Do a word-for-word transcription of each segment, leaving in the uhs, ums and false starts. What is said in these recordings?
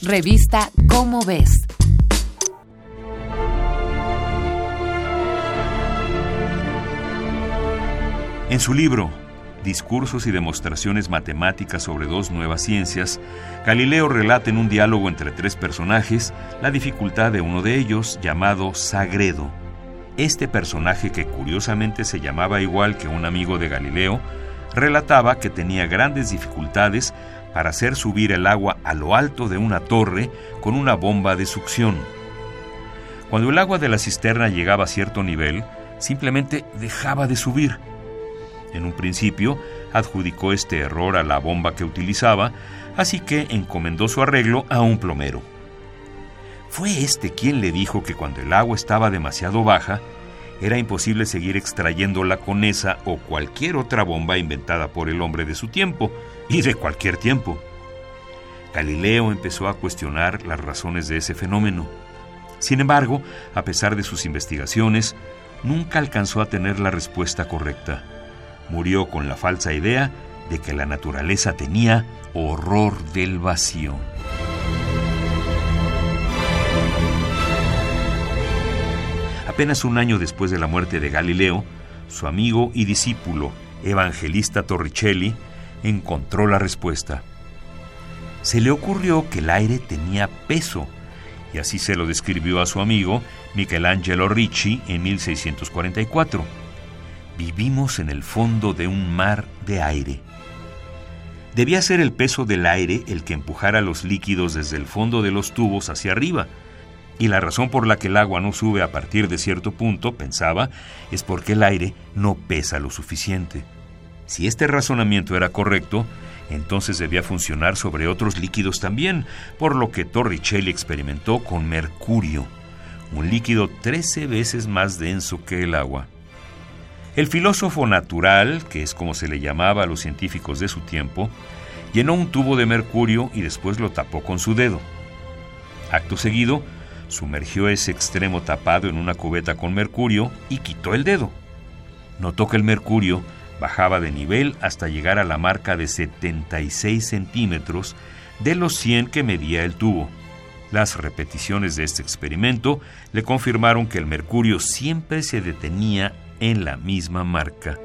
Revista Cómo Ves. En su libro Discursos y demostraciones matemáticas sobre dos nuevas ciencias, Galileo relata en un diálogo entre tres personajes la dificultad de uno de ellos, llamado Sagredo. Este personaje, que curiosamente se llamaba igual que un amigo de Galileo, relataba que tenía grandes dificultades para hacer subir el agua a lo alto de una torre con una bomba de succión. Cuando el agua de la cisterna llegaba a cierto nivel, simplemente dejaba de subir. En un principio, adjudicó este error a la bomba que utilizaba, así que encomendó su arreglo a un plomero. Fue este quien le dijo que cuando el agua estaba demasiado baja, era imposible seguir extrayéndola con esa o cualquier otra bomba inventada por el hombre de su tiempo, y de cualquier tiempo. Galileo empezó a cuestionar las razones de ese fenómeno. Sin embargo, a pesar de sus investigaciones, nunca alcanzó a tener la respuesta correcta. Murió con la falsa idea de que la naturaleza tenía horror del vacío. Apenas un año después de la muerte de Galileo, su amigo y discípulo, Evangelista Torricelli, encontró la respuesta. Se le ocurrió que el aire tenía peso, y así se lo describió a su amigo Michelangelo Ricci en mil seiscientos cuarenta y cuatro. Vivimos en el fondo de un mar de aire. Debía ser el peso del aire el que empujara los líquidos desde el fondo de los tubos hacia arriba, y la razón por la que el agua no sube a partir de cierto punto, pensaba, es porque el aire no pesa lo suficiente. Si este razonamiento era correcto, entonces debía funcionar sobre otros líquidos también, por lo que Torricelli experimentó con mercurio, un líquido trece veces más denso que el agua. El filósofo natural, que es como se le llamaba a los científicos de su tiempo, llenó un tubo de mercurio y después lo tapó con su dedo. Acto seguido, sumergió ese extremo tapado en una cubeta con mercurio y quitó el dedo. Notó que el mercurio bajaba de nivel hasta llegar a la marca de setenta y seis centímetros de los cien que medía el tubo. Las repeticiones de este experimento le confirmaron que el mercurio siempre se detenía en la misma marca.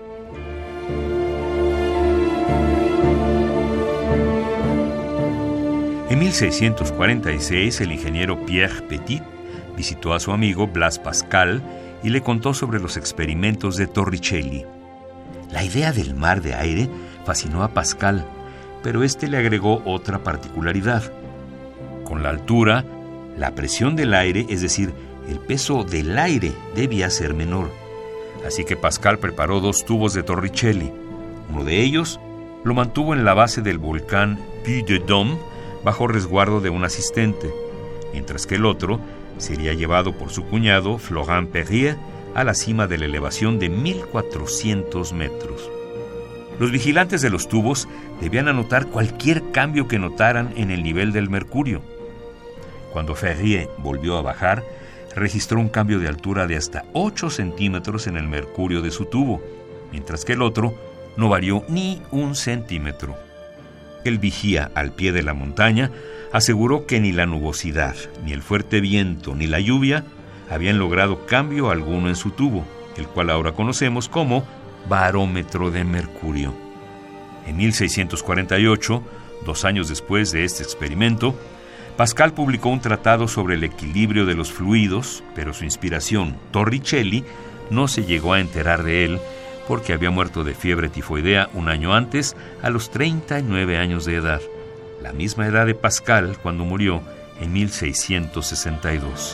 En mil seiscientos cuarenta y seis, el ingeniero Pierre Petit visitó a su amigo Blaise Pascal y le contó sobre los experimentos de Torricelli. La idea del mar de aire fascinó a Pascal, pero este le agregó otra particularidad. Con la altura, la presión del aire, es decir, el peso del aire, debía ser menor. Así que Pascal preparó dos tubos de Torricelli. Uno de ellos lo mantuvo en la base del volcán Puy de Dôme, bajo resguardo de un asistente, mientras que el otro sería llevado por su cuñado, Florent Perrier, a la cima de la elevación de mil cuatrocientos metros. Los vigilantes de los tubos debían anotar cualquier cambio que notaran en el nivel del mercurio. Cuando Perrier volvió a bajar, registró un cambio de altura de hasta ocho centímetros en el mercurio de su tubo, mientras que el otro no varió ni un centímetro. El vigía al pie de la montaña aseguró que ni la nubosidad, ni el fuerte viento, ni la lluvia habían logrado cambio alguno en su tubo, el cual ahora conocemos como barómetro de mercurio. En mil seiscientos cuarenta y ocho, dos años después de este experimento, Pascal publicó un tratado sobre el equilibrio de los fluidos, pero su inspiración, Torricelli, no se llegó a enterar de él porque había muerto de fiebre tifoidea un año antes, a los treinta y nueve años de edad, la misma edad de Pascal cuando murió en mil seiscientos sesenta y dos.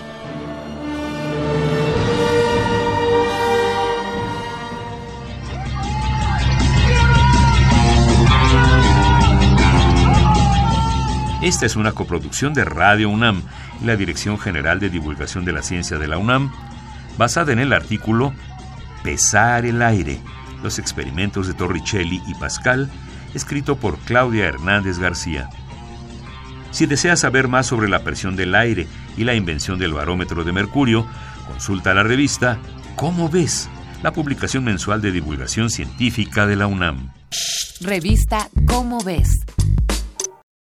Esta es una coproducción de Radio UNAM y la Dirección General de Divulgación de la Ciencia de la UNAM, basada en el artículo Pesar el aire, los experimentos de Torricelli y Pascal, escrito por Claudia Hernández García. Si deseas saber más sobre la presión del aire y la invención del barómetro de mercurio, consulta la revista ¿Cómo ves?, la publicación mensual de divulgación científica de la UNAM. Revista Cómo ves.